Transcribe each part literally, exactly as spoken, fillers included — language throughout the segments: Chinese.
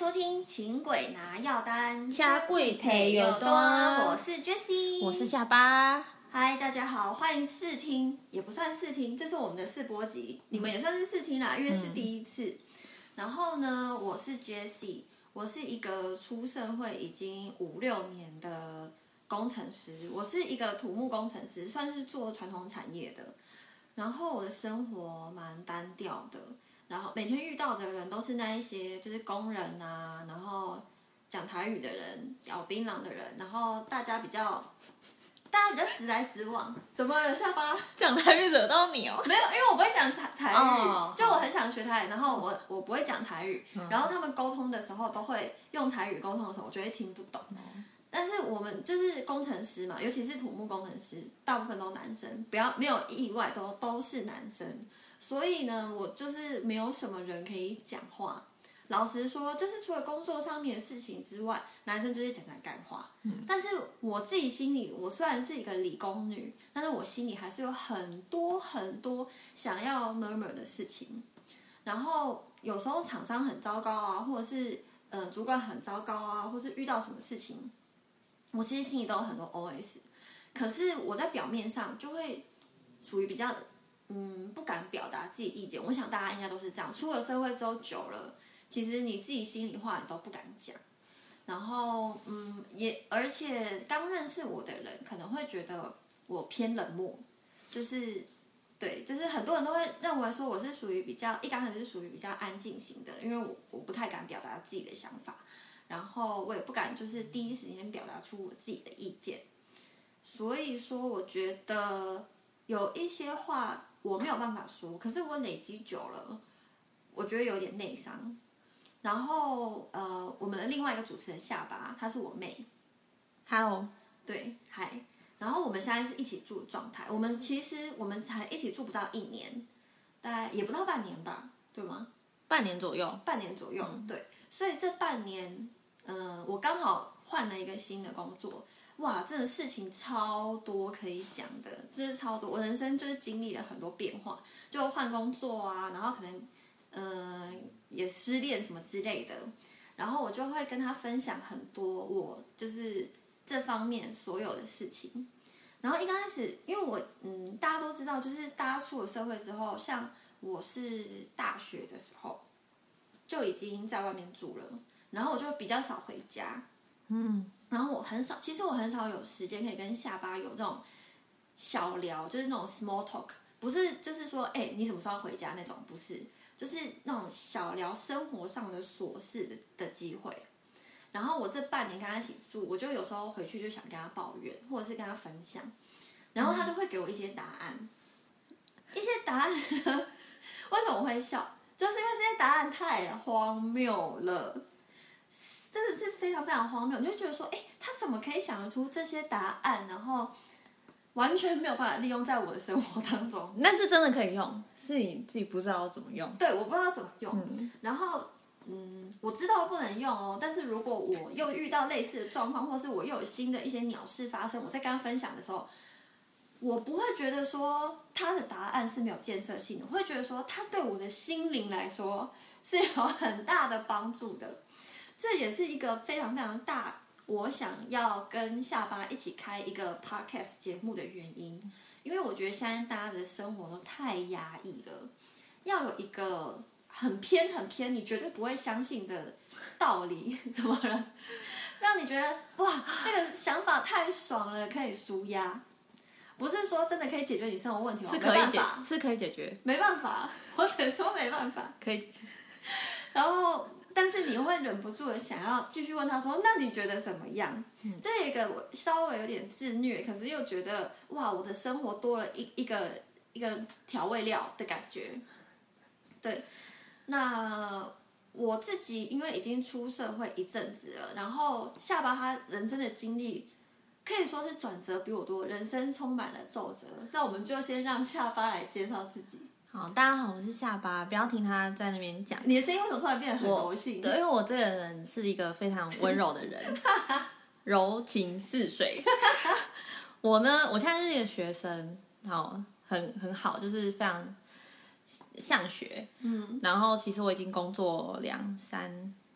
收听《请鬼拿药单》， 下跪陪有多， 我是 Jessie， 我是下巴。 嗨，大家好，欢迎试听，也不算试听，这是我们的试播集，你们也算是试听啦，因为是第一次。嗯、然后呢，我是 Jessie， 我是一个出社会已经五六年的工程师，我是一个土木工程师，算是做传统产业的。然后我的生活蛮单调的。然后每天遇到的人都是那一些，就是工人啊，然后讲台语的人，咬槟榔的人，然后大家比较，大家比较直来直往。怎么了，下巴？ 讲台语惹到你哦？ 没有，因为我不会讲台台语， 哦、 就我很想学台语，然后我我不会讲台语，嗯、然后他们沟通的时候都会用台语沟通的时候，我就会听不懂。嗯、但是我们就是工程师嘛，尤其是土木工程师，大部分都男生，不要没有意外都都是男生。所以呢，我就是没有什么人可以讲话。老实说，就是除了工作上面的事情之外，男生就是讲讲干话。嗯、但是我自己心里，我虽然是一个理工女，但是我心里还是有很多很多想要 murmur 的事情。然后有时候厂商很糟糕啊，或者是呃主管很糟糕啊，或是遇到什么事情，我其实心里都有很多 O S。可是我在表面上就会属于比较。嗯，不敢表达自己意见，我想大家应该都是这样。出了社会之后久了，其实你自己心里话你都不敢讲。然后，嗯，也而且刚认识我的人可能会觉得我偏冷漠，就是对，就是很多人都会认为说我是属于比较一刚开始是属于比较安静型的，因为我我不太敢表达自己的想法，然后我也不敢就是第一时间表达出我自己的意见。所以说，我觉得有一些话。我没有办法说，可是我累积久了，我觉得有点内伤。然后呃，我们的另外一个主持人下巴，她是我妹 ，Hello， 对，嗨。然后我们现在是一起住的状态，我们其实我们才一起住不到一年，大概也不到半年吧，对吗？ 半年左右， 半年左右，嗯、对。所以这半年，呃，我刚好换了一个新的工作。哇，真的事情超多可以讲的，就是超多。我人生就是经历了很多变化，就换工作啊，然后可能，嗯、呃，也失恋什么之类的，然后我就会跟他分享很多我就是这方面所有的事情。然后一开始，因为我嗯，大家都知道，就是大家出了社会之后，像我是大学的时候就已经在外面住了，然后我就比较少回家，嗯。然后我很少，其实我很少有时间可以跟下巴有这种小聊，就是那种 small talk， 不是就是说，哎、欸，你什么时候回家那种，不是，就是那种小聊生活上的琐事的的机会。然后我这半年跟他一起住，我就有时候回去就想跟他抱怨，或者是跟他分享，然后他就会给我一些答案，嗯、一些答案，为什么我会笑？就是因为这些答案太荒谬了。真的是非常非常荒谬，你就觉得说，哎，他怎么可以想得出这些答案，然后完全没有办法利用在我的生活当中？ 那是真的可以用，是你自己不知道怎么用。 对，我不知道怎么用。嗯、然后，嗯，我知道不能用哦，但是如果我又遇到类似的状况，或是我又有新的一些鸟事发生，我在跟他分享的时候，我不会觉得说他的答案是没有建设性的，我会觉得说他对我的心灵来说是有很大的帮助的。这也是一个非常非常大，我想要跟下巴一起开一个 podcast 节目的原因，因为我觉得现在大家的生活都太压抑了，要有一个很偏很偏，你绝对不会相信的道理，怎么了？让你觉得哇，这个想法太爽了，可以抒压，不是说真的可以解决你生活问题， 是可以解，是可以解决， 没办法，我只能说没办法， 可以解决， 然后。但是你会忍不住的想要继续问他说：“那你觉得怎么样？”嗯、这一个我稍微有点自虐，可是又觉得哇，我的生活多了一一个一个调味料的感觉。对，那我自己因为已经出社会一阵子了，然后下巴他人生的经历可以说是转折比我多，人生充满了皱褶。那我们就先让下巴来介绍自己。 好，大家好，我是下巴，不要听他在那边讲。 你的声音为什么突然变得很柔性？ 对，因为我这个人是一个非常温柔的人，柔情似水。我呢，我现在是一个学生，好，很很好，就是非常上学。嗯，然后其实我已经工作两三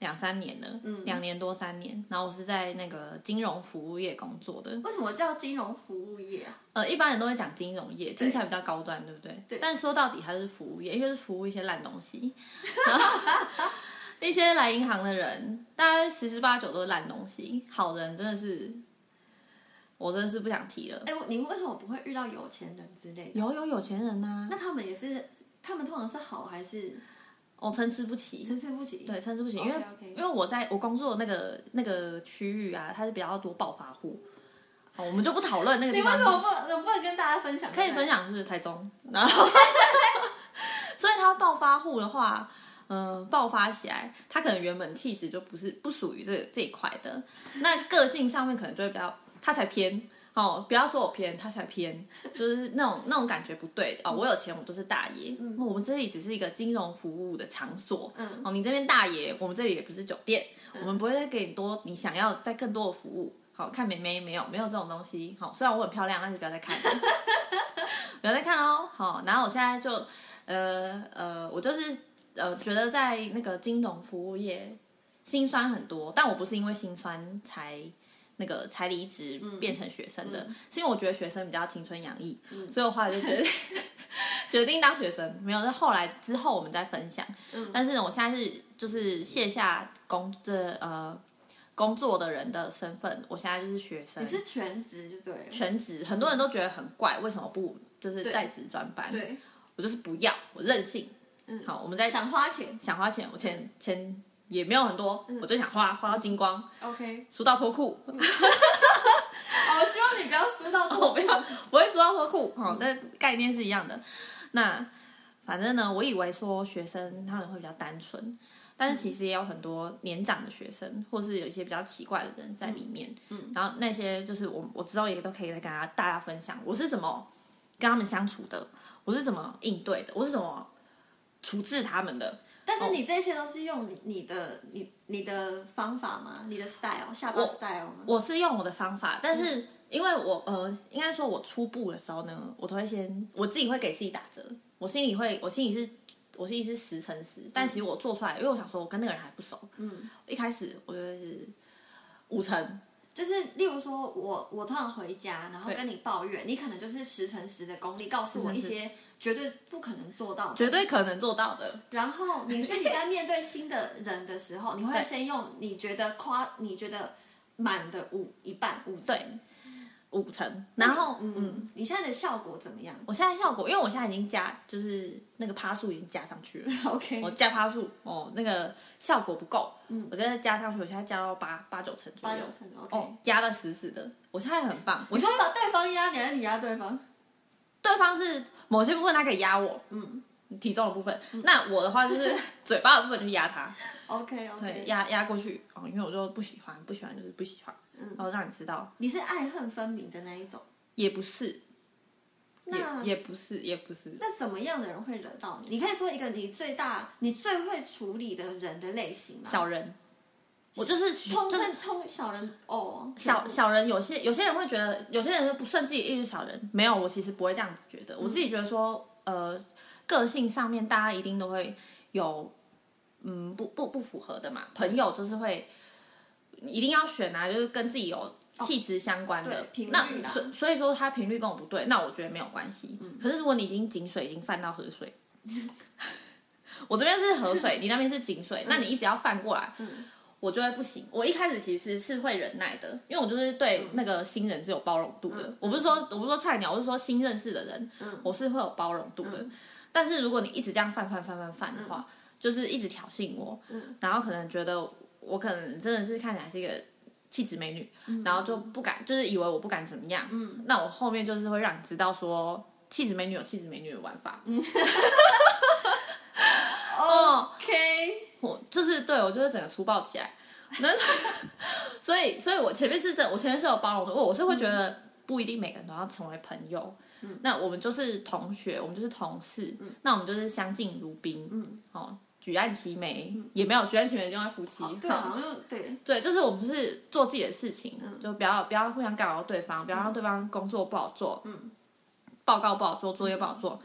两三年了， 嗯， 两年多三年。然后我是在那个金融服务业工作的。 为什么叫金融服务业啊？ 呃，一般人都会讲金融业，听起来比较高端，对不对？ 对。 但说到底，它是服务业，因为是服务一些烂东西。然后一些来银行的人，大概十之八九都是烂东西。好人真的是，我真的是不想提了。 哎，你为什么不会遇到有钱人之类的？ 有有有钱人呐、啊， 那他们也是，他们通常是好还是？ 哦，参差不齐， 参差不齐， 对，参差不齐，因为 okay, okay. 因为我在我工作的那个那个区域啊，它是比较多暴发户。哦，我们就不讨论那个地方。 你为什么不能不能跟大家分享？ 可以分享是台中，然后，所以他暴发户的话，嗯、呃，爆发起来，他可能原本气质就不是不属于这这一块的，那个性上面可能就会比较，他才偏。哦，不要说我偏，他才偏，就是那种那种感觉不对哦。我有钱，我都是大爷。嗯，我们这里只是一个金融服务的场所。嗯，哦，你这边大爷，我们这里也不是酒店，嗯、我们不会再给你多你想要再更多的服务。好看美眉没有没有这种东西。好，虽然我很漂亮，但是不要再看，不要再看哦。好，然后我现在就呃呃，我就是呃觉得在那个金融服务业心酸很多，但我不是因为心酸才。那个才离职变成学生的，嗯、是因为我觉得学生比较青春洋溢，嗯、所以我后来就决定决定当学生。没有，在后来之后我们再分享。嗯、但是呢，我现在是就是卸下工这呃工作的人的身份，我现在就是学生。 你是全职就对了。 全职，很多人都觉得很怪，为什么不就是在职专班？ 对， 我就是不要，我任性。嗯，好，我们在想花钱， 想花钱，我钱钱。也没有很多，嗯、我就想花花到精光 ，OK， 输到脱裤。 嗯、我希望你不要输到脱裤， 哦、不要，不会输到脱裤。好、哦，这概念是一样的。那反正呢，我以为说学生他们会比较单纯，但是其实也有很多年长的学生，或是有一些比较奇怪的人在里面。嗯，然后那些就是我我知道也都可以再跟大家大家分享，我是怎么跟他们相处的，我是怎么应对的，我是怎么处置他们的。 但是你这些都是用你你的你你的方法吗？你的 style 下巴 style 吗？ 我是用我的方法，但是因为我呃，应该说我初步的时候呢，我都会先我自己会给自己打折，我心里会我心里是我心里是十乘十，但其实我做出来，因为我想说我跟那个人还不熟，嗯，一开始我觉得是五成。 就是例如说我我通常回家，然后跟你抱怨，你可能就是十乘十的功力，告诉我一些绝对不可能做到的， 绝对可能做到的。 然后你自己在面对新的人的时候，你会先用你觉得夸你觉得满的五一半五成， 对，五成。然后嗯， 嗯，你现在的效果怎么样？ 我现在效果，因为我现在已经加，就是那个趴数已经加上去了。 OK， 我加趴数哦，那个效果不够，嗯，我现在加上去，我现在加到八八九成左右， 八九成 OK， 哦，压得死死的。我现在很棒。 你说把对方压你，还是你压对方？ 对方是某些部分他可以压我，嗯，体重的部分。嗯、那我的话就是嘴巴的部分就压他。 OK OK， 对，压压过去哦，因为我就不喜欢，不喜欢就是不喜欢，嗯，然后让你知道， 你是爱恨分明的那一种， 也不是。 那也, 也不是，也不是。 那怎么样的人会惹到你？你可以说一个你最大、你最会处理的人的类型吗？ 小人，我就是通通通小人哦。 小小人有些有些人会觉得，有些人不顺自己意是小人。没有，我其实不会这样子觉得。嗯、我自己觉得说，呃，个性上面大家一定都会有，嗯，不不不符合的嘛。朋友就是会一定要选啊，就是跟自己有气质相关的， 哦、对， 那所所以说他频率跟我不对，那我觉得没有关系。嗯、可是如果你已经井水已经泛到河水，我这边是河水，你那边是井水，嗯、那你一直要泛过来，嗯、我就会不行。我一开始其实是会忍耐的，因为我就是对那个新人是有包容度的。嗯、我不是说我不是说菜鸟，我是说新认识的人，嗯、我是会有包容度的。嗯、但是如果你一直这样泛泛泛泛泛的话，嗯、就是一直挑衅我，嗯、然后可能觉得我可能真的是看起来是一个气质美女，嗯、然后就不敢，就是以为我不敢怎么样。嗯，那我后面就是会让你知道说，气质美女有气质美女的玩法。嗯 ，OK， 我就是对我就是整个粗暴起来。那所以，所以我前面是真，我前面是有包容的，我是会觉得不一定每个人都要成为朋友。嗯，那我们就是同学，我们就是同事，嗯、那我们就是相敬如宾。嗯，哦。举案齐眉，嗯、也没有举案齐眉就爱夫妻， 对，好像对对，就是我们就是做自己的事情，嗯、就不要不要互相干扰对方，不要让对方工作不好做，嗯、报告不好做，作业不好做，嗯、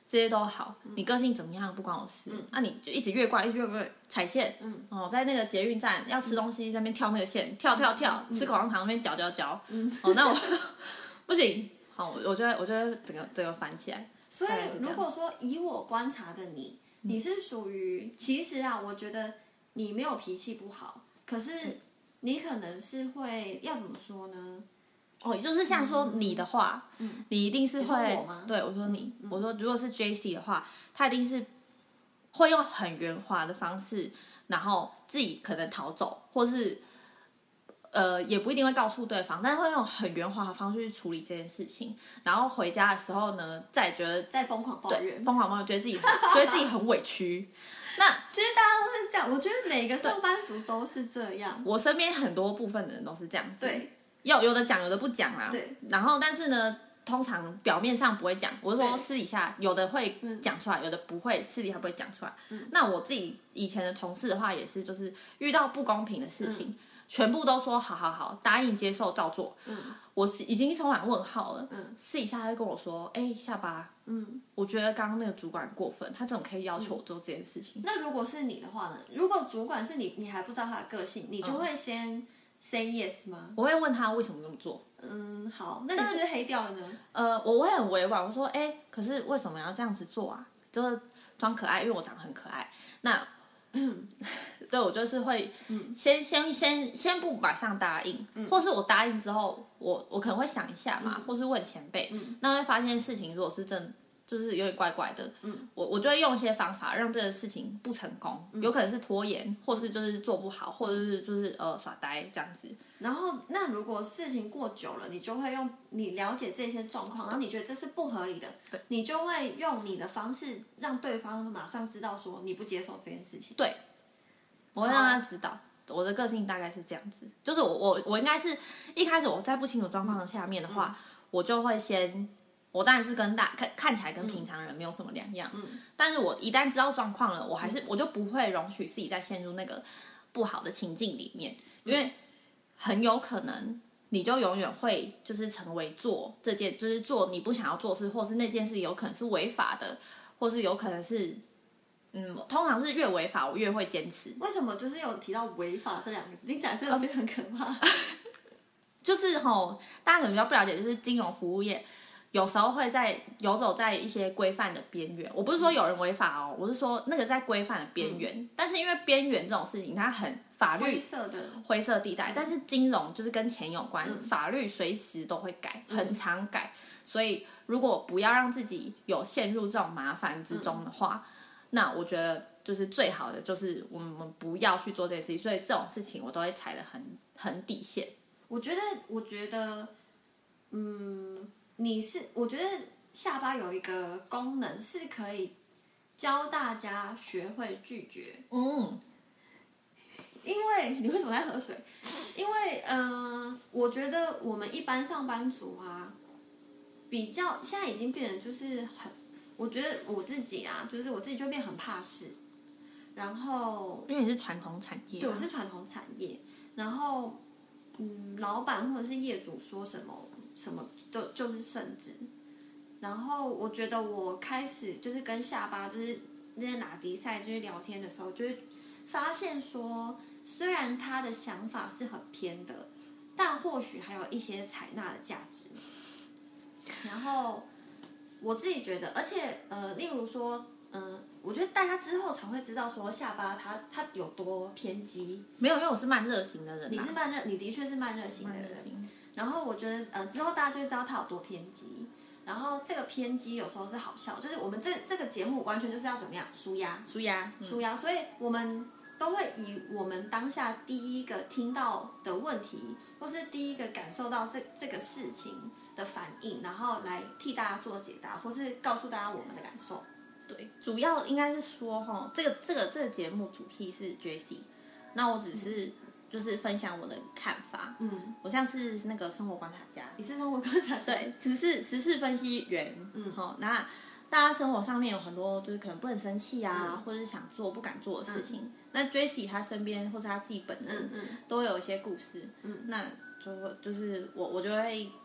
这些都好，你个性怎么样不关我事。那、嗯啊、你就一直越怪，一直越怪踩线，嗯，哦，在那个捷运站要吃东西，在那边跳那个线，跳跳跳，嗯、吃口香糖那边嚼嚼嚼，嗯，哦，那我不行，好，我觉得我觉得整个整个烦起来。 所以如果说以我观察的你，你是属于其实啊，我觉得你没有脾气不好，可是你可能是会要怎么说呢？ 哦，就是像说你的话，嗯，你一定是会， 我吗？ 对我说你，嗯、我说如果是 J C 的话，他一定是会用很圆滑的方式，然后自己可能逃走，或是呃也不一定会告诉对方，但是会用很圆滑的方式去处理这件事情，然后回家的时候呢，再觉得再疯狂抱怨， 疯狂抱怨，觉得自己觉得自己很委屈。那其实大家都是这样，我觉得每个上班族都是这样。 我身边很多部分的人都是这样子。 对。 有有的讲，有的不讲啦。 对。 然后，但是呢，通常表面上不会讲。我是说私底下，有的会讲出来，有的不会，私底下不会讲出来。嗯。那我自己以前的同事的话，也是，就是遇到不公平的事情，嗯、全部都说好好好，答应接受，照做。嗯。我是已经充满问号了。嗯。私底下他就跟我说：“哎、欸，下巴，嗯，我觉得刚刚那个主管过分，他怎么可以要求我做这件事情？” 嗯、那如果是你的话呢？如果主管是你，你还不知道他的个性，你就会先。嗯say yes 吗？ 我会问他为什么这么做。 嗯，好，那你是不是黑掉了呢？ 呃，我会很委婉，我说，哎、欸，可是为什么要这样子做啊？就是装可爱，因为我长得很可爱。那，嗯、对我就是会，嗯，先先先先不马上答应，嗯、或是我答应之后，我我可能会想一下嘛，嗯、或是问前辈，嗯、那会发现事情如果是真。就是有点怪怪的，嗯，我我就会用一些方法让这个事情不成功，嗯、有可能是拖延，或是就是做不好，或者是就是呃耍呆这样子。 然后，那如果事情过久了，你就会用你了解这些状况，然后你觉得这是不合理的， 对， 你就会用你的方式让对方马上知道说你不接受这件事情。 对，我会让他知道。我的个性大概是这样子，就是我我我应该是一开始我在不清楚状况下面的话，嗯、我就会先。我当然是跟大看看起来跟平常人没有什么两样，嗯，但是我一旦知道状况了，我还是我就不会容许自己再陷入那个不好的情境里面，因为很有可能你就永远会就是成为做这件就是做你不想要做事，或是那件事有可能是违法的，或是有可能是嗯，通常是越违法我越会坚持。 为什么就是有提到违法这两个字，听起来真的非常可怕。 就是吼，大家可能比较不了解，就是金融服务业。有时候会在游走在一些规范的边缘，我不是说有人违法哦，我是说那个在规范的边缘。嗯、但是因为边缘这种事情，它很法律灰色的灰色地带，嗯、但是金融就是跟钱有关，嗯、法律随时都会改，很常改。嗯、所以如果不要让自己有陷入这种麻烦之中的话，嗯、那我觉得就是最好的就是我们不要去做这些事情。所以这种事情我都会踩得很很底线。 我觉得，我觉得，嗯。你是，我觉得下巴有一个功能是可以教大家学会拒绝。嗯，因为你为什么在喝水？因为，嗯、呃，我觉得我们一般上班族啊，比较现在已经变得就是很，我觉得我自己啊，就是我自己就变很怕事。然后， 因为你是传统产业、啊， 对，我是传统产业。然后，嗯，老板或者是业主说什么？什么就就是圣旨，然后我觉得我开始就是跟下巴就是那些拉迪赛就是聊天的时候，就会发现说，虽然他的想法是很偏的，但或许还有一些采纳的价值。然后我自己觉得，而且呃，例如说，嗯、呃，我觉得大家之后才会知道说下巴他他有多偏激。 没有，因为我是慢热型的人、啊。 你是慢热，你的确是慢热型的人。然后我觉得，呃，之后大家就会知道他有多偏激。然后这个偏激有时候是好笑，就是我们这这个节目完全就是要怎么样抒压， 抒压， 嗯、抒压。所以我们都会以我们当下第一个听到的问题，或是第一个感受到这这个事情的反应，然后来替大家做解答，或是告诉大家我们的感受。 对，主要应该是说哈，这个这个这个节目主题是 J C， 那我只是。嗯就是分享我的看法，嗯，我像是那个生活观察家， 你是生活观察家， 对，时事时事分析员，嗯，好、哦，那大家生活上面有很多就是可能不能生气啊，嗯、或者是想做不敢做的事情，嗯、那 Jessie 他身边或是他自己本人，嗯嗯，都有一些故事，嗯，那就就是我我就会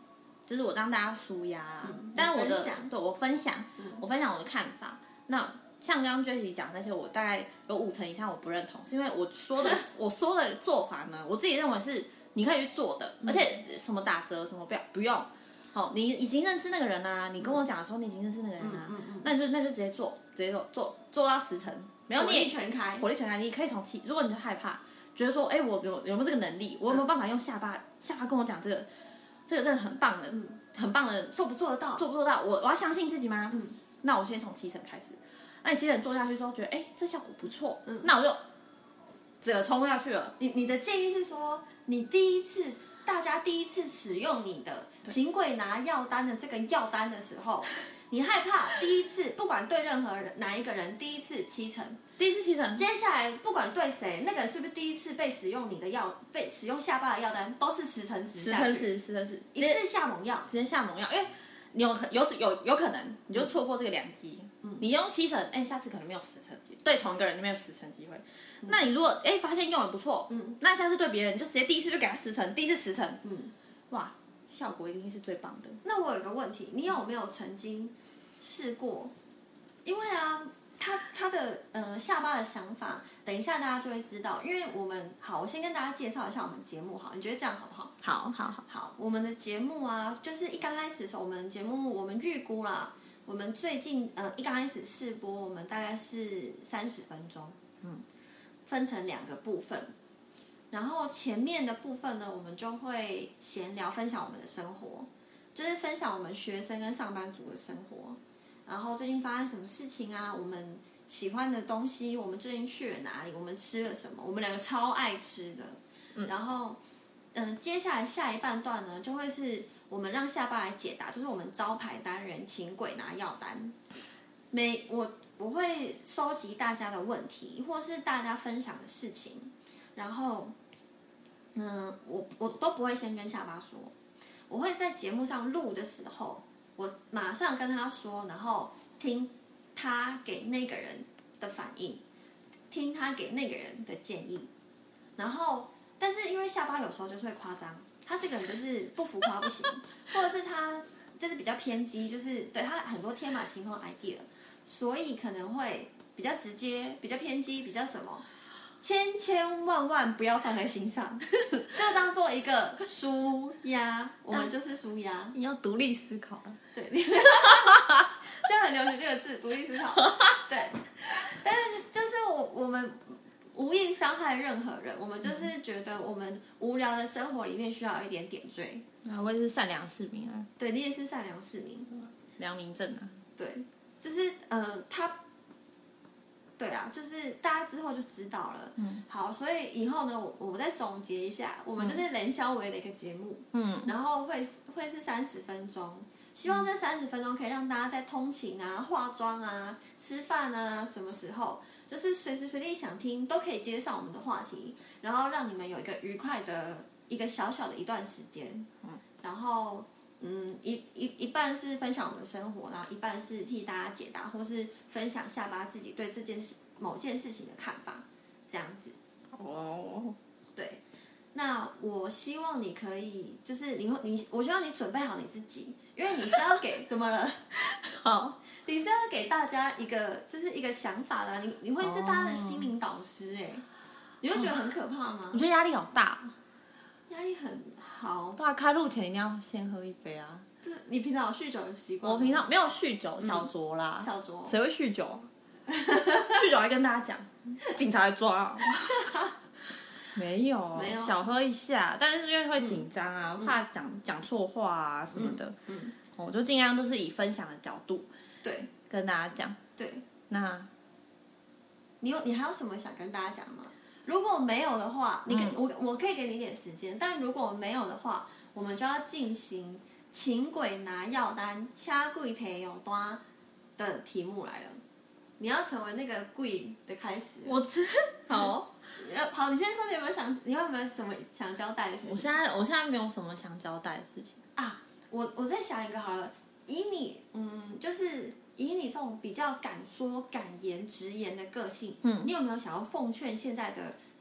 就是我让大家舒压啦。 嗯但是我的分享对我分享， 嗯我分享我的看法。那像刚刚 Jessie 讲那些，我大概有五成以上我不认同，是因为我说的我说的做法呢，我自己认为是你可以去做的，而且什么打折什么不要不用。哦，你已经认识那个人啦、啊，你跟我讲的时候你已经认识那个人啦、啊， 嗯嗯嗯那你就那就直接做，直接做做做到十成，没有火你力全开， 火力全开，你可以从七。如果你是害怕，觉得说，哎，我有有没有这个能力，我有没有办法用下巴、嗯、下巴跟我讲这个，这个真的很棒的，嗯、很棒的， 做不做得到？ 做不做得到？我我要相信自己吗？ 嗯， 那我先从七成开始。那你七成做下去之后，觉得哎，这效果不错， 嗯， 那我就这个冲下去了。 你你的建议是说，你第一次大家第一次使用你的请鬼拿药单的这个药单的时候，你害怕第一次不管对任何人哪一个人第一次七成， 第一次七成， 接下来不管对谁，那个人是不是第一次被使用你的药被使用下巴的药单都是十成十十成十十成十， 一次下猛药， 直接下猛药，因为你有有有有可能你就错过这个良机。嗯，你用七成，哎，下次可能没有十成机会，对同一个人就没有十成机会。嗯、那你如果哎发现用的不错，嗯，那下次对别人你就直接第一次就给他十成，第一次十成，嗯，哇，效果一定是最棒的。 那我有个问题，你有没有曾经试过？因为啊，他他的呃下巴的想法，等一下大家就会知道。因为我们好，我先跟大家介绍一下我们节目好，你觉得这样好不好？ 好，好，好， 好。我们的节目啊，就是一刚开始的时候，我们的节目我们预估啦，我们最近呃一刚开始试播，我们大概是三十分钟，嗯，分成两个部分。然后前面的部分呢，我们就会闲聊，分享我们的生活，就是分享我们学生跟上班族的生活。然后最近发生什么事情啊？我们喜欢的东西，我们最近去了哪里？我们吃了什么？我们两个超爱吃的。嗯、然后，嗯、呃，接下来下一半段呢，就会是我们让下巴来解答，就是我们招牌单元请鬼拿药单。每我我会收集大家的问题，或是大家分享的事情，然后，嗯、呃，我我都不会先跟下巴说，我会在节目上录的时候。我马上跟他说，然后听他给那个人的反应，听他给那个人的建议，然后，但是因为下巴有时候就是会夸张，他这个人就是不浮夸不行，或者是他就是比较偏激，就是对他很多天马行空 idea， 所以可能会比较直接，比较偏激，比较什么。千千万万不要放在心上，就当做一个舒压，我们就是舒压。 你要独立思考了， 对，现在很流行这个字，独立思考。对，但是就是我我们无意伤害任何人，我们就是觉得我们无聊的生活里面需要一点点缀。 啊，我也是善良市民啊。 对，你也是善良市民， 良民证啊。 对，就是呃，他。对啊，就是大家之后就知道了。嗯，好，所以以后呢，我我再总结一下，我们就是冷消维的一个节目。嗯，然后会会是三十分钟，希望这三十分钟可以让大家在通勤啊、化妆啊、吃饭啊，什么时候就是随时随地想听都可以接上我们的话题，然后让你们有一个愉快的一个小小的一段时间。嗯，然后。嗯，一一一半是分享我们的生活，然后一半是替大家解答，或是分享下巴自己对这件事、某件事情的看法，这样子。 哦， 对。那我希望你可以，就是你你，我希望你准备好你自己，因为你是要给怎么了？ 好， 你是要给大家一个就是一个想法的、啊，你你会是大家的心灵导师哎、欸，你会觉得很可怕吗？ 我觉得压力好大， 压力很。好， 对啊，开录前一定要先喝一杯啊。 你平常有酗酒的习惯吗？ 我平常没有酗酒，小酌啦。 小酌， 谁会酗酒？酗酒还跟大家讲，警察来抓、啊。没有， 没有， 小喝一下，但是因为会紧张啊，嗯、怕讲讲错话啊什么的。嗯，嗯我就尽量都是以分享的角度， 对， 跟大家讲。 对， 那你有你还有什么想跟大家讲吗？如果没有的话，你、嗯、我我可以给你一点时间，但如果没有的话，我们就要进行请鬼拿药单、掐鬼提药单的题目来了。你要成为那个鬼的开始。 我知好， 好，你先说，你有没有想，你有没有什么想交代的事情？ 我现在我现在没有什么想交代的事情啊。我我再想一个好了，以你嗯，就是以你这种比较敢说、敢言、直言的个性，嗯，你有没有想要奉劝现在的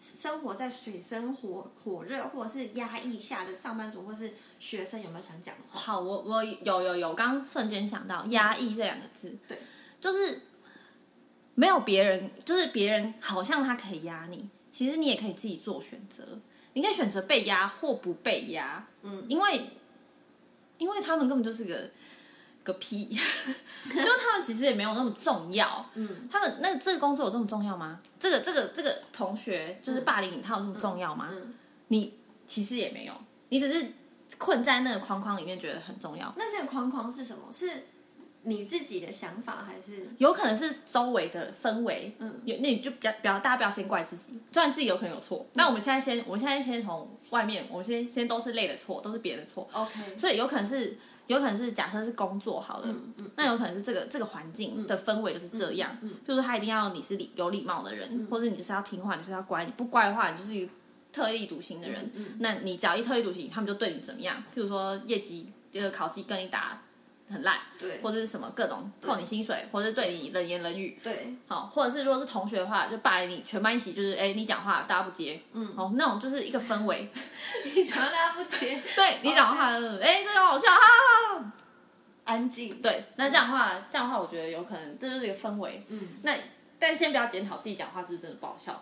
生活在水深火火热或者是压抑下的上班族或是学生有没有想讲的话？ 好，我我有有有，刚瞬间想到压抑这两个字， 对， 就是没有别人，就是别人好像他可以压你，其实你也可以自己做选择，你可以选择被压或不被压，嗯，因为因为他们根本就是个。个屁！就是他们其实也没有那么重要。嗯，他们那这个工作有这么重要吗？这个这个这个同学就是霸凌你，他有这么重要吗？嗯嗯、你其实也没有，你只是困在那个框框里面，觉得很重要。 那那个框框是什么？是你自己的想法，还是有可能是周围的氛围？嗯，有那你就不要不要，大家不要先怪自己，虽然自己有可能有错。那、嗯、我们现在先，我们现在先从外面，我们先先都是累的错，都是别人的错。 OK， 所以有可能是。有可能是假设是工作好了，嗯嗯、那有可能是这个这个环境的氛围就是这样，嗯嗯嗯、就是他一定要你是有礼貌的人，嗯、或者你就是要听话，你就是要乖，你不乖的话，你就是一个特立独行的人。嗯嗯、那你只要一特立独行，他们就对你怎么样？譬如说业绩这个考绩跟你打很烂， 对， 或者是什么各种扣你薪水，或者是对你冷言冷语， 对， 好，或者是如果是同学的话，就霸凌你，全班一起就是哎你讲话大家不接，嗯，好，那种就是一个氛围， 你讲话大家不接， 对你讲话，哎这个好笑，哈哈哈。 安静， 对，那这样的话，这样的话，我觉得有可能这就是一个氛围。嗯，那但先不要检讨自己讲话是不是真的不好笑，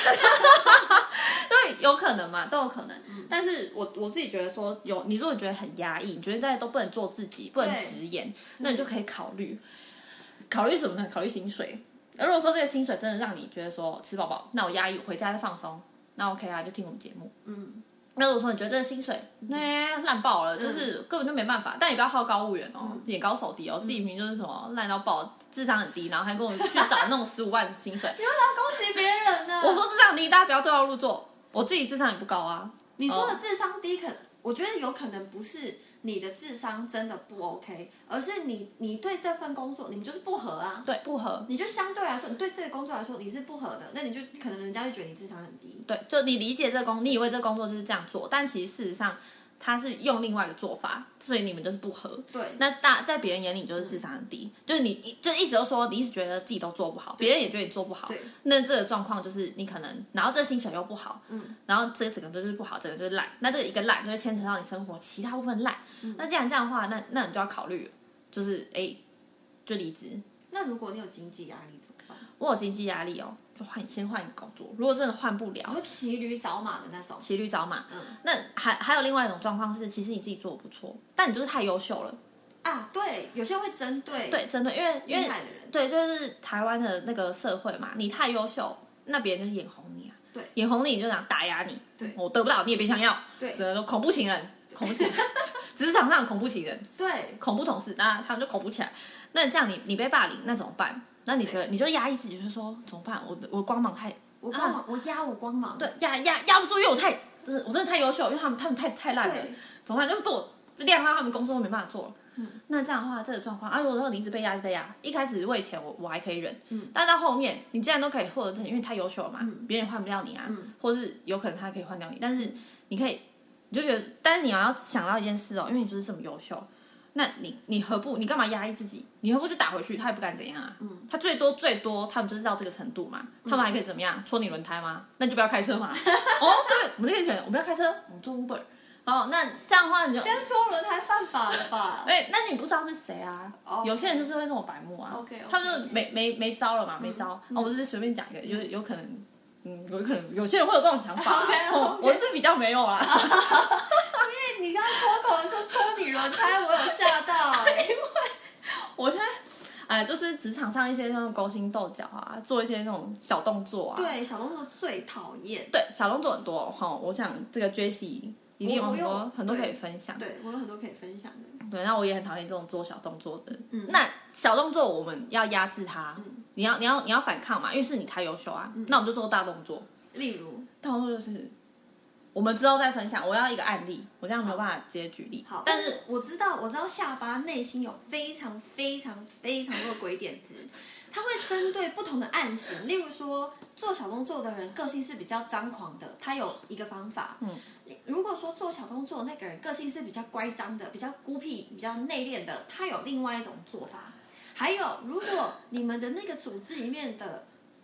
对，有可能嘛，都有可能。嗯、但是我我自己觉得说，有你如果觉得很压抑，你觉得大家都不能做自己，不能直言，那你就可以考虑，考虑什么呢？考虑薪水。而如果说这个薪水真的让你觉得说吃饱饱，那我压抑，回家再放松，那 OK 啊，就听我们节目。嗯。那如果说你觉得这个薪水那烂爆了，就是根本就没办法，但也不要好高骛远哦，眼高手低哦，自己明明就是什么烂到爆，智商很低，然后还跟我去找那种十五万的薪水， 你为什么要攻击别人呢？ 我说智商低，大家不要对号入座，我自己智商也不高啊。 你说的智商低，可我觉得有可能不是你的智商真的不 OK， 而是你你对这份工作你们就是不合啊， 对，不合， 你就相对来说，你对这个工作来说你是不合的，那你就可能人家就觉得你智商很低。 对，就你理解这个工，你以为这个工作就是这样做，但其实事实上他是用另外一个做法，所以你们就是不合。 对， 那大在别人眼里就是智商很低，嗯、就是你就一直都说你一直觉得自己都做不好，别人也觉得你做不好。 对， 那这个状况就是你可能，然后这薪水又不好，嗯，然后这个整个就是不好，整个就是烂。那这个一个烂就会牵扯到你生活其他部分烂。嗯、那既然这样的话，那那你就要考虑，就是哎，就离职。 那如果你有经济压力怎么办？ 我有经济压力哦。就换先换一个工作，如果真的换不了， 就骑驴找马的那种。 骑驴找马，嗯，那还还有另外一种状况是，其实你自己做的不错，但你就是太优秀了啊。对，有些人会针对， 对，针对，因为因为厉害的人， 对，就是台湾的那个社会嘛，你太优秀，那别人就是眼红你啊， 对， 眼红你就想打压你， 对， 我得不到你也别想要， 对， 只能说恐怖情人，恐怖情人，职场上的恐怖情人， 对， 恐怖同事，那他们就恐怖起来。那这样你你被霸凌，那怎么办？那你觉得你就压抑自己，就是说怎么办？我我光芒太。 我光芒，啊、我压我光芒， 对，压压压不住，因为我太，就是我真的太优秀，因为他们他们太太烂了，怎么办？就被我晾到他们工作都没办法做了。嗯，那这样的话，这个状况，啊，如果说你一直被压，一直被压，一开始为钱我我还可以忍，嗯，但到后面你既然都可以获得这，因为太优秀了嘛，嗯、别人换不掉你啊，嗯、或是有可能他可以换掉你，但是你可以，你就觉得，但是你要想到一件事哦，因为你就是这么优秀。那你你何不你干嘛压抑自己？你何不就打回去？他也不敢怎样啊。嗯，他最多最多他们就是到这个程度嘛。他们还可以怎么样？戳你轮胎吗？那你就不要开车嘛。哦，对，我们那天选，我们要开车，我们坐 Uber。好，那这样的话你就这样戳轮胎犯法了吧？ 哎，那你不知道是谁啊？ Okay. 有些人就是会这种白目啊。 OK， 他们就没没没招了嘛，没招。嗯、哦，我只是随便讲一个，就是有可能，嗯，有可能有些人会有这种想法、啊。 OK， 哦、我是比较没有啦。 因为你刚刚脱口的时候戳你轮胎，我有吓到。 因为我现在，哎，就是职场上一些那种勾心斗角啊，做一些那种小动作啊。 对，小动作最讨厌。 对，小动作很多哈、哦。我想这个 Jessie 一定有很多很多可以分享。 对，我有很多可以分享的。 对，那我也很讨厌这种做小动作的。嗯，那小动作我们要压制它，嗯、你要你要你要反抗嘛，因为是你太优秀啊。嗯、那我们就做大动作， 例如大动作就是。我们之后再分享，我要一个案例，我这样没有办法直接举例。 好，但是我知道，我知道下巴内心有非常非常非常多的鬼点子，他会针对不同的案型，例如说做小动作的人个性是比较张狂的，他有一个方法。嗯，如果说做小动作那个人个性是比较乖张的、比较孤僻、比较内敛的，他有另外一种做法。还有，如果你们的那个组织里面的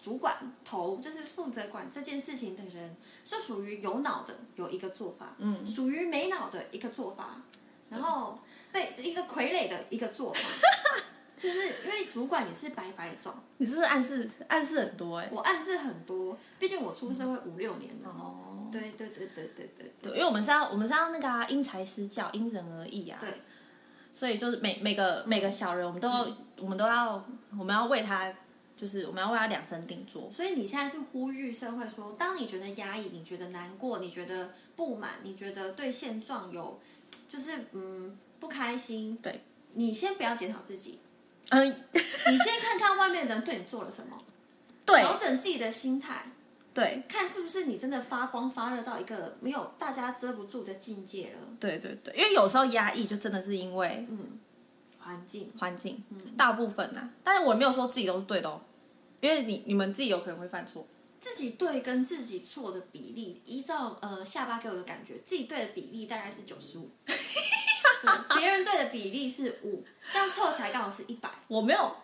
主管头，就是负责管这件事情的人，是属于有脑的有一个做法， 嗯， 属于没脑的一个做法，然后被一个傀儡的一个做法。就是因为主管也是百百种， 你是不是暗示暗示很多哎、欸？ 我暗示很多，毕竟我出社会五六年了。 哦， 对对对对对对对，因为我们是要我们是要那个啊，因材施教，因人而异啊。 对， 所以就是每每个每个小人，我们都、嗯、我们都要我们要为他，就是我们要为他量身定做。 所以你现在是呼吁社会说，当你觉得压抑，你觉得难过，你觉得不满，你觉得对现状有就是嗯不开心， 对， 你先不要检讨自己。 嗯， 你先看看外面的人对你做了什么， 对， 调整自己的心态， 对， 看是不是你真的发光发热到一个没有大家遮不住的境界了。 对对对，因为有时候压抑就真的是因为嗯环境环境， 嗯， 大部分呐、啊，但是我没有说自己都是对的哦，因为你你们自己有可能会犯错。 自己对跟自己错的比例，依照呃下巴给我的感觉，自己对的比例大概是九十五。别人对的比例是五，这样凑起来刚好是一百。 我没有。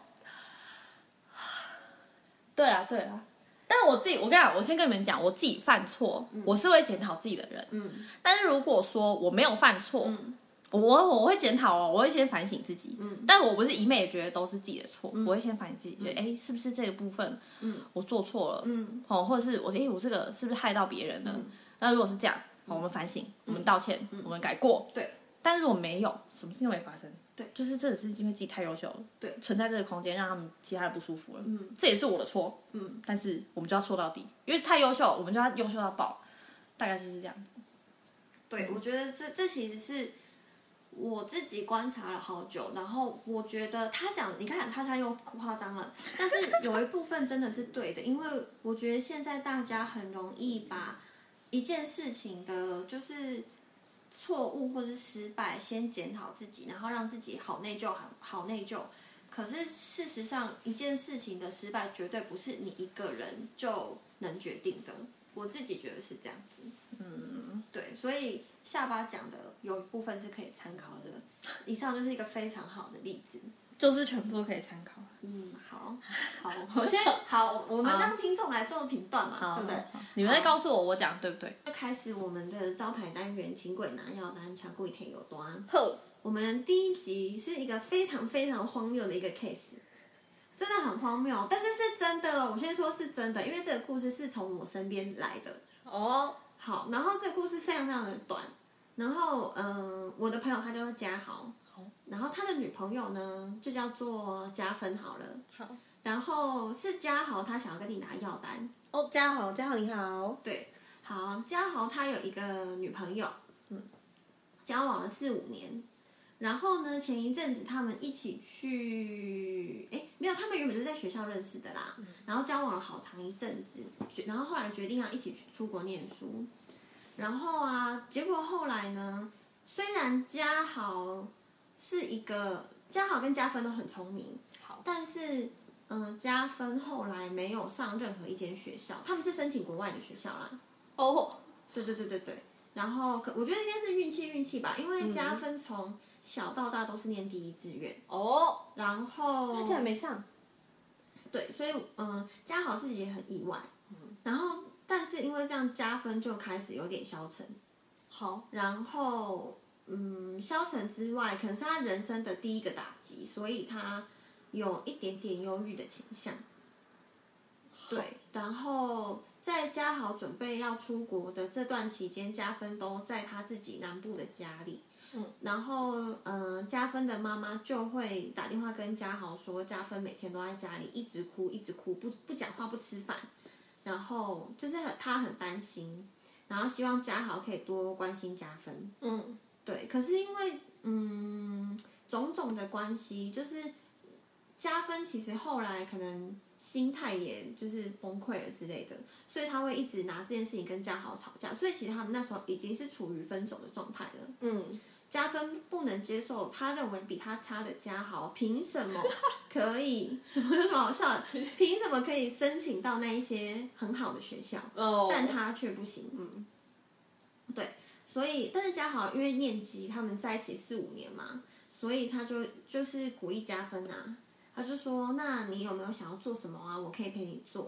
对啊，对啊，但是我自己，我跟你讲，我先跟你们讲，我自己犯错，嗯、我是会检讨自己的人。 嗯， 但是如果说我没有犯错， 嗯、 我我会检讨哦，我会先反省自己。嗯，但我不是一昧觉得都是自己的错，嗯、我会先反省自己，觉得哎，是不是这个部分，嗯，我做错了，嗯，哦，或者是我哎，我这个是不是害到别人了？嗯、那如果是这样，我们反省，我们道歉，嗯、我们改过。 对。 但是如果没有，什么事情都没发生， 对， 就是真的是因为自己太优秀了， 对， 存在这个空间让他们其他人不舒服了， 嗯， 这也是我的错，嗯，但是我们就要错到底，因为太优秀，我们就要优秀到爆，大概就是这样。 对，我觉得这这其实是我自己观察了好久，然后我觉得他讲，你看他他又夸张了，但是有一部分真的是对的，因为我觉得现在大家很容易把一件事情的，就是错误或是失败，先检讨自己，然后让自己好内疚，好好内疚。可是事实上，一件事情的失败绝对不是你一个人就能决定的。我自己觉得是这样子。嗯，对，所以下巴讲的有一部分是可以参考的。以上就是一个非常好的例子， 就是全部都可以参考。 嗯，好，好，我先好，我们让听众来做评断嘛，对不对？ 你们再告诉我，我讲对不对？ 就开始我们的招牌单元，请鬼拿药单，强故意填有端。 呵， 我们第一集是一个非常非常荒谬的一个 case， 真的很荒谬，但是是真的。我先说是真的，因为这个故事是从我身边来的。 哦， 好，然后这个故事非常非常的短，然后嗯、呃，我的朋友他叫做嘉豪。然后他的女朋友呢，就叫做嘉芬好了。 好。 然后是嘉豪，他想要跟你拿药单。 哦，嘉豪，嘉豪你好。 对，好，嘉豪他有一个女朋友，嗯，交往了四五年。然后呢，前一阵子他们一起去，哎，没有，他们原本就是在学校认识的啦。嗯、然后交往了好长一阵子，然后后来决定要一起出国念书。然后啊，结果后来呢，虽然嘉豪是一个嘉豪跟嘉芬都很聪明，好，但是嗯，嘉芬后来没有上任何一间学校，他们是申请国外的学校啦。 哦， 对对对对对，然后可我觉得应该是运气运气吧，因为嘉芬从小到大都是念第一志愿哦， 然后他竟然没上， 对，所以嗯，嘉豪自己也很意外，嗯，然后但是因为这样，嘉芬就开始有点消沉， 好， 然后。嗯，消沉之外，可能是他人生的第一个打击，所以他有一点点忧郁的倾向。对，然后在嘉豪准备要出国的这段期间，嘉芬都在他自己南部的家里。嗯，然后嗯、呃，嘉芬的妈妈就会打电话跟嘉豪说，嘉芬每天都在家里一直哭，一直哭，不不讲话，不吃饭，然后就是很他很担心，然后希望嘉豪可以多关心嘉芬。嗯。对，可是因为嗯种种的关系，就是嘉芬其实后来可能心态也就是崩溃了之类的，所以他会一直拿这件事情跟嘉豪吵架，所以其实他们那时候已经是处于分手的状态了。嗯，嘉芬不能接受，他认为比他差的嘉豪凭什么可以？有什么好笑的？凭什么可以申请到那一些很好的学校？哦，但他却不行。嗯，对。所以，但是嘉豪因为念基，他们在一起四五年嘛，所以他就就是鼓励嘉芬啊，他就说：“那你有没有想要做什么啊？我可以陪你做。”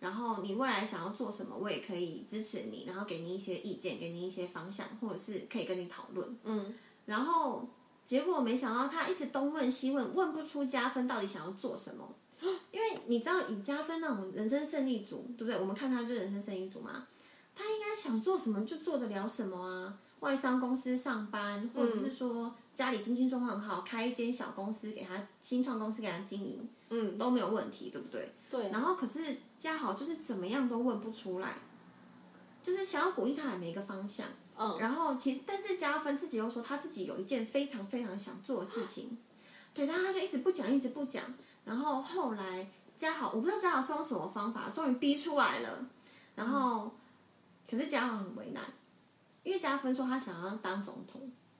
然后你未来想要做什么，我也可以支持你，然后给你一些意见，给你一些方向，或者是可以跟你讨论。 嗯， 然后结果没想到他一直东问西问，问不出加分到底想要做什么。因为你知道以加分那种人生胜利组，对不对？我们看他就是人生胜利组嘛，他应该想做什么就做得了什么啊。外商公司上班，或者是说家里经济状况很好，开一间小公司给他新创公司给他经营， 嗯， 都没有问题，对不对？ 对。 然后可是嘉豪就是怎么样都问不出来，就是想要鼓励他也没一个方向。 嗯。 然后其实，但是嘉芬自己又说他自己有一件非常非常想做的事情，对，但他就一直不讲，一直不讲。然后后来嘉豪，我不知道嘉豪是用什么方法，终于逼出来了。然后，嗯、可是嘉豪很为难。因为嘉芬说她想要当总统，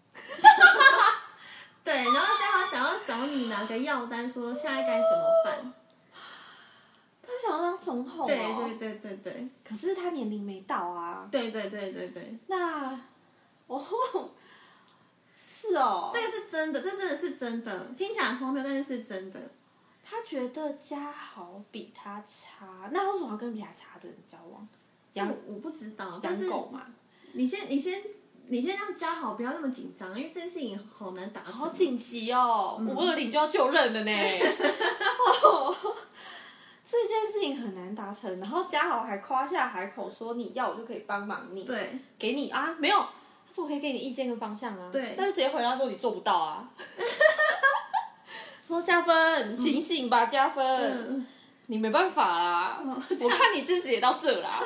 对，然后嘉豪想要找你拿个药单，说现在该怎么办？ 他想要当总统、哦， 对对对对对。 可是他年龄没到啊。 对对对对对。 那哦，是哦， 这个是真的，这真的是真的，听起来很荒谬，但是是真的。 他觉得嘉豪比他差，那为什么要跟比他差的人交往？ 养我不知道，但是养狗嘛。 你先，你先，你先让嘉豪不要那么紧张，因为这件事情好难达成。 好紧急哦，五二零就要就任了呢。哦，这件事情很难达成，然后嘉豪还夸下海口说你要我就可以帮忙你， 对， 给你啊，没有，他说我可以给你意见跟方向啊， 对， 但是直接回答说你做不到啊。说嘉芬，醒醒吧，嘉芬，嗯、你没办法啦，哦、我看你自己也到这啦。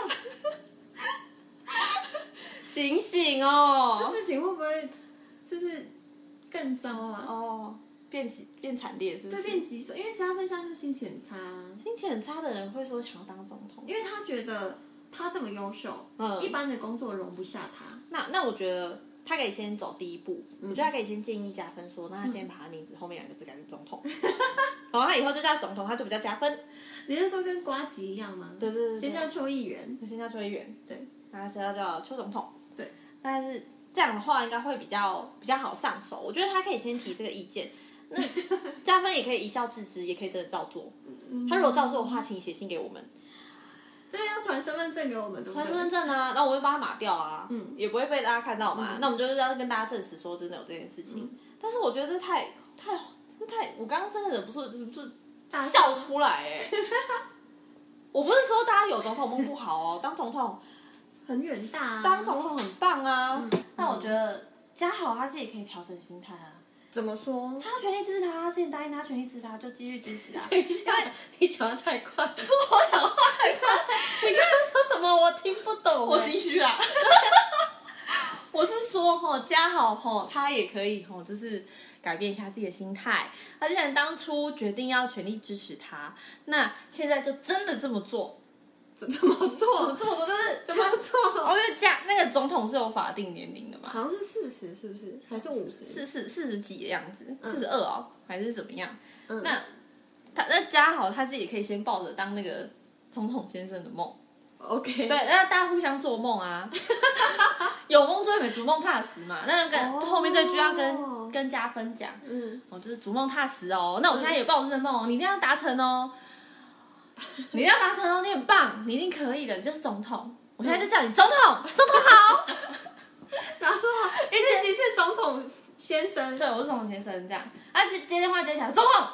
醒醒哦！ 这事情会不会就是更糟啊？ 哦，变变惨烈是不是？ 对，变棘手。因为加分项就是心情很差、啊， 心情很差的人会说想要当总统， 因为他觉得他这么优秀，嗯，一般的工作容不下他。 那那我觉得他可以先走第一步，嗯、我觉得他可以先建议加分说，那他先把他名字后面两个字改成总统，然后他以后就叫总统，他就比较加分。 你是说跟呱吉一样吗？ 对对 对, 对， 先叫邱议员， 先叫邱议员， 对， 然后现在叫邱总统。 对， 但是这样的话应该会比较比较好上手。我觉得他可以先提这个意见，那加分也可以一笑置之，也可以真的照做。他如果照做的话，请写信给我们。 对，要传身份证给我们，对不对？ 传身份证啊，那我会帮他码掉啊， 嗯， 也不会被大家看到嘛。嗯、那我们就是要跟大家证实说真的有这件事情。嗯、但是我觉得这太太这太，我刚刚真的忍不住忍不住笑出来哎、欸。我不是说大家有总统梦不好哦，当总统。 很远大、啊， 当总统很棒啊！嗯、但我觉得嘉豪他自己可以调整心态啊。 怎么说？ 他要全力支持他，他之前答应他全力支持他，就继续支持啊。 因为你讲的太快了，我讲话太快，你刚才说什么我听不懂、欸， 我心虚啦。我是说哈，嘉豪哈，他也可以哈，就是改变一下自己的心态。他既然当初决定要全力支持他，那现在就真的这么做。 怎么做？ 怎么做？就是怎么做？ 哦，因为加那个总统是有法定年龄的嘛， 好像是四十，是不是？还是五十？ 四四四十几的样子，四十二哦，还是怎么样？ 嗯、 那他那嘉豪他自己可以先抱着当那个总统先生的梦 ，OK， 对，那大家互相做梦啊，有梦最美，逐梦踏实嘛。那跟、哦、后面这句要跟跟嘉芬讲，嗯，哦，就是逐梦踏实哦。那我现在也抱着这个梦哦，你一定要达成哦。你一定要达成哦，你很棒，你一定可以的，你就是总统。我现在就叫你总统，总统好。 然后一直即是总统先生， 对，我是总统先生这样。啊，接接电话接起来，总统，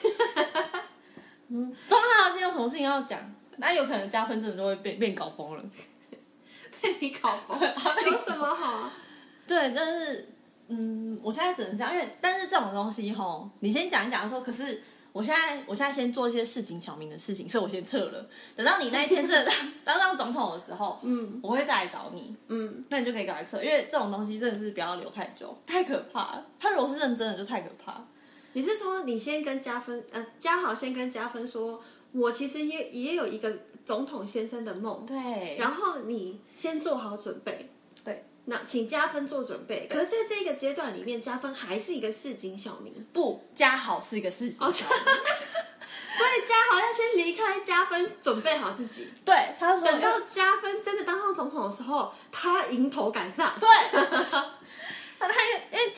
嗯，总统好，今天有什么事情要讲？那有可能加分真的就会变变搞疯了， 被你搞疯，有什么好？ 对，但是嗯，我现在只能这样，因为但是这种东西吼，你先讲一讲说，可是。我现在，我现在先做一些市井小民的事情，所以我先撤了。等到你那一天真的当当总统的时候，嗯，我会再来找你，嗯，那你就可以赶快撤，因为这种东西真的是不要留太久，太可怕了。他如果是认真的，就太可怕。 你是说你先跟嘉芬，呃，嘉豪先跟嘉芬说，我其实也也有一个总统先生的梦， 对， 然后你先做好准备， 对。 那请嘉芬做准备，可是在这个阶段里面，嘉芬还是一个市井小民。 不，嘉豪是一个市井小民，所以嘉豪要先离开嘉芬，准备好自己。 对，他说等到嘉芬真的当上总统的时候，他迎头赶上。 对，他因为因为嘉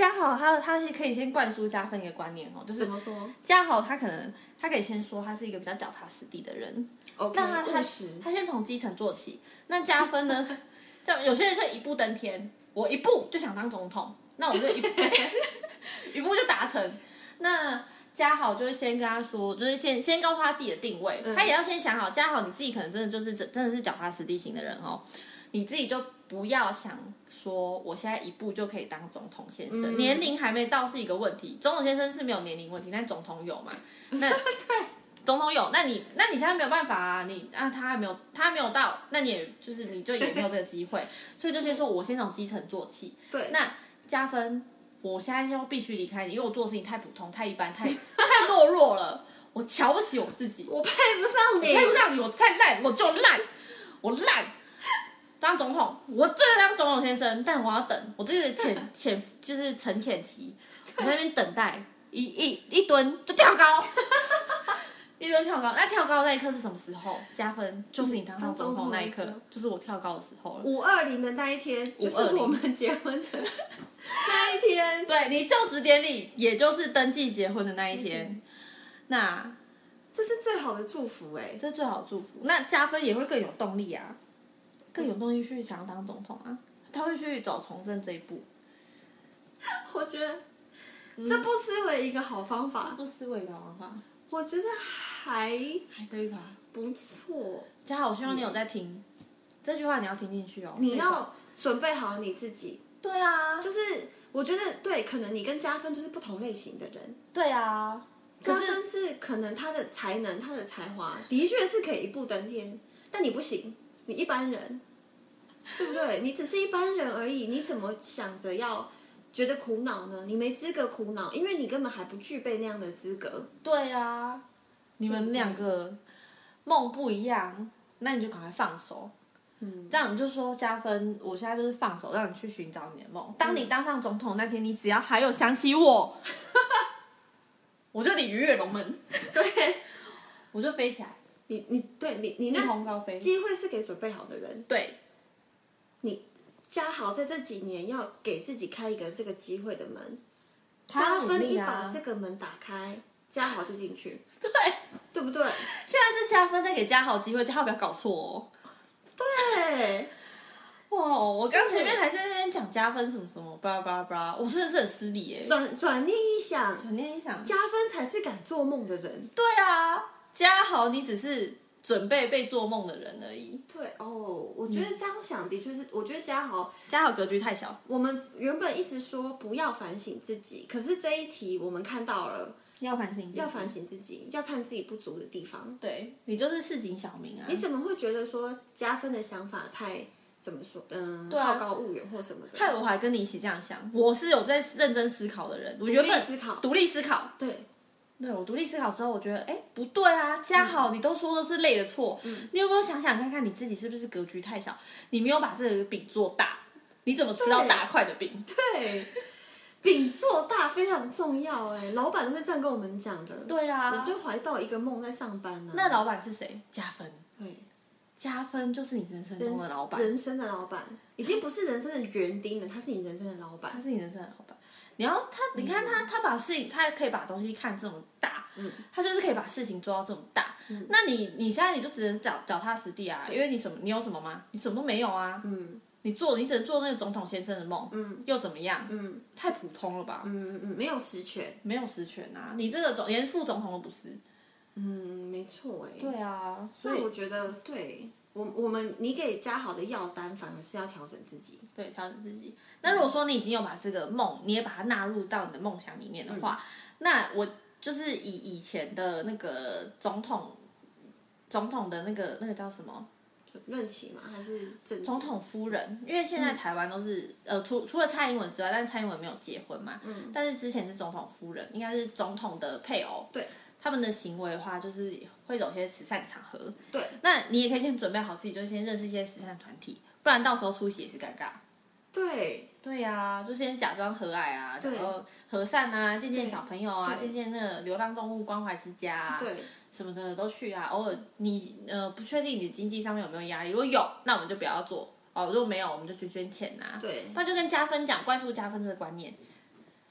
嘉豪他他是可以先灌输加分一个观念哦，就是怎么说？ 嘉豪他可能他可以先说他是一个比较脚踏实地的人， OK， 那他他务实他先从基层做起，那加分呢？像有些人就一步登天，我一步就想当总统，那我就一步一步就达成。那嘉豪就会先跟他说，就是先先告诉他自己的定位， 嗯他也要先想好。嘉豪你自己可能真的就是真的是脚踏实地型的人哦，你自己就不要想说我现在一步就可以当总统先生， 嗯年龄还没到是一个问题。总统先生是没有年龄问题，但总统有嘛？那对， 总统有，那你那你现在没有办法啊，你啊他还没有他还没有到，那你也就是你就也没有这个机会，所以就先说我先从基层做起。 对， 那加分，我现在就必须离开你，因为我做的事情太普通、太一般、太太懦弱了，我瞧不起我自己， 我配不上你， 配不上你，我太烂，我就烂，我烂。当总统，我真的当总统先生，但我要等，我这个潜潜就是沉潜期，我在那边等待，一一一蹲就跳高，一蹲跳高。那跳高那一刻是什么时候？加分就是你当上总统那一刻，就是我跳高的时候了。 五二零的那一天，就是我们结婚的那一天。 对，你就职典礼，也就是登记结婚的那一天，那这是最好的祝福哎、 这是最好的祝福。那加分也会更有动力啊，更有动力去想要当总统啊，他会去走从政这一步。 我觉得这不失为一个好方法， 不思维的方法， 我觉得还还对吧？ 不错。 嘉豪，我希望你有在听这句话，你要听进去哦。 你要准备好你自己， 对啊， 就是我觉得对，可能你跟加分就是不同类型的人。 对啊，可加是分是可能他的才能、他的才华的确是可以一步登天，但你不行，你一般人，对不对？你只是一般人而已，你怎么想着要觉得苦恼呢？你没资格苦恼，因为你根本还不具备那样的资格。 对啊，你们两个梦不一样，那你就赶快放手。 嗯， 这样你就说加分，我现在就是放手，让你去寻找你的梦。当你当上总统那天，你只要还有想起我，我就鲤鱼跃龙门， 对， 我就飞起来， 你你对你你一那红高飞。 机会是给准备好的人。 对， 你嘉豪在这几年要给自己开一个这个机会的门， 他努加分一力啊把这个门打开，嘉豪就进去， 对， 对不对？ 现在是加分在给嘉豪机会，嘉豪不要搞错哦。 对， 哇，我刚前面还在那边讲加分什么什么，巴拉巴拉巴拉，我真的是很失礼耶。 转转念一想， 转念一想， 加分才是敢做梦的人。 对啊，嘉豪你只是准备被做梦的人而已。 对哦，我觉得这样想的确是，我觉得嘉豪， 嘉豪格局太小， 我们原本一直说不要反省自己，可是这一题我们看到了， 要反省自己， 要反省自己，要看自己不足的地方。 对你就是市井小民啊。 你怎么会觉得说加分的想法太怎么说？嗯， 对啊好高骛远或什么的？ 害我还跟你一起这样想，我是有在认真思考的人，我原本思考独立思考， 对， 对我独立思考之后，我觉得哎不对啊，嘉豪、你都说的是累的错， 嗯你有没有想想看看你自己是不是格局太小？你没有把这个饼做大，你怎么吃到大块的饼？ 对，饼做大非常重要哎，老板都是这样跟我们讲的。 对啊， 我就怀抱一个梦在上班呢、啊。 那老板是谁？加分， 对， 加分就是你人生中的老板， 人生的老板已经不是人生的园丁了，他是你人生的老板他。是你人生的老板。你要他，你看他，他把事情，他可以把东西看这么大， 嗯， 他就是可以把事情做到这么大。 嗯那你你现在你就只能脚脚踏实地啊，因为你什么，你有什么吗？你什么都没有啊。 嗯你做，你只能做那个总统先生的梦， 嗯又怎么样？ 嗯太普通了吧？ 嗯嗯，没有实权。 没有实权啊！你这个总连副总统都不是。 嗯，没错哎。 对啊，所以所以我觉得，对我我们你给嘉豪的药单，反而是要调整自己。 对，调整自己。那如果说你已经有把这个梦，你也把它纳入到你的梦想里面的话，那我就是以以前的那个总统，总统的那个那个叫什么？ 任期吗？还是政治总统夫人，因为现在台湾都是、呃，除除了蔡英文之外，但是蔡英文没有结婚嘛， 嗯但是之前是总统夫人，应该是总统的配偶， 对他们的行为的话，就是会走一些慈善场合， 对那你也可以先准备好自己，就先认识一些慈善团体，不然到时候出席也是尴尬。 对对呀、啊，就先假装和蔼啊， 对然后和善啊，见见对小朋友啊， 对见见那个流浪动物关怀之家啊， 对什么的都去啊。偶尔你呃不确定你经济上面有没有压力，如果有，那我们就不要做哦；如果没有，我们就去捐钱啊。 对不然就跟加分讲，灌输加分这个观念。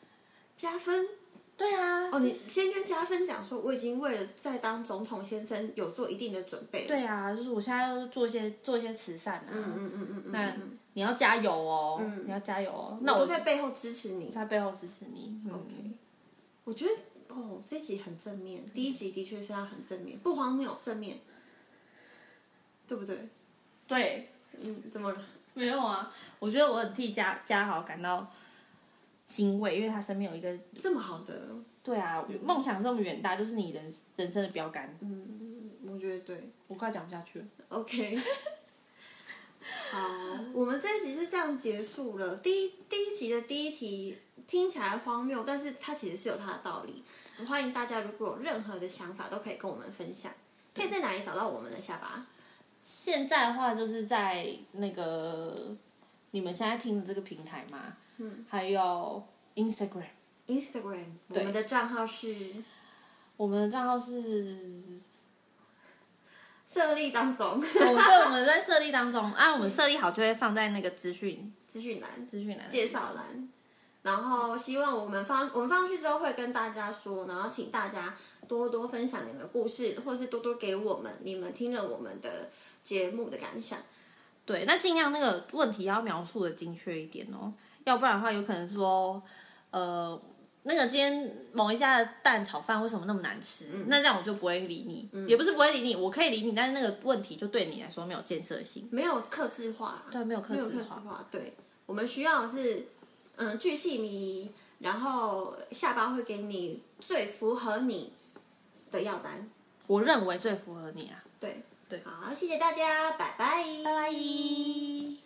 加分。 对啊， 哦，你先跟加分讲说，我已经为了在当总统先生有做一定的准备。 对啊，就是我现在要做一些做一些慈善啊。 嗯嗯嗯嗯嗯。 那你要加油哦， 嗯、 你要加油哦。 那我都在背后支持你， 在背后支持你。 嗯、OK。我觉得哦，这集很正面，第一集的确是要很正面，不荒谬，正面，对不对？ 对。 嗯，怎么了？ 没有啊，我觉得我很替嘉嘉豪感到欣慰，因为他身边有一个这么好的。 对啊，梦想这么远大，就是你人人生的标杆。 嗯，我觉得对。 我快讲不下去了。 OK。好，我们这一集就这样结束了。第一第一集的第一题听起来荒谬，但是它其实是有它的道理。欢迎大家如果有任何的想法，都可以跟我们分享。可以在哪里找到我们的下巴？ 现在的话就是在那个你们现在听的这个平台嘛， 嗯， 还有 Instagram。 Instagram， 我们的账号是， 我们的账号是设立当中， 我们对我们在设立当中啊，我们设立好就会放在那个资讯资讯栏、 资讯栏介绍栏。然后希望我们放我们放上去之后会跟大家说，然后请大家多多分享你们的故事，或是多多给我们你们听了我们的节目的感想。 对，那尽量那个问题要描述的精确一点哦，要不然的话有可能说，呃。那个今天某一家的蛋炒饭为什么那么难吃？嗯、那这样我就不会理你，嗯、也不是不会理你，我可以理你，但是那个问题就对你来说没有建设性， 没有客制化， 对，没有客制化，化对，我们需要的是嗯巨细靡遗，然后下巴会给你最符合你的药单， 我认为最符合你啊， 对对， 好，谢谢大家，拜拜， 拜拜。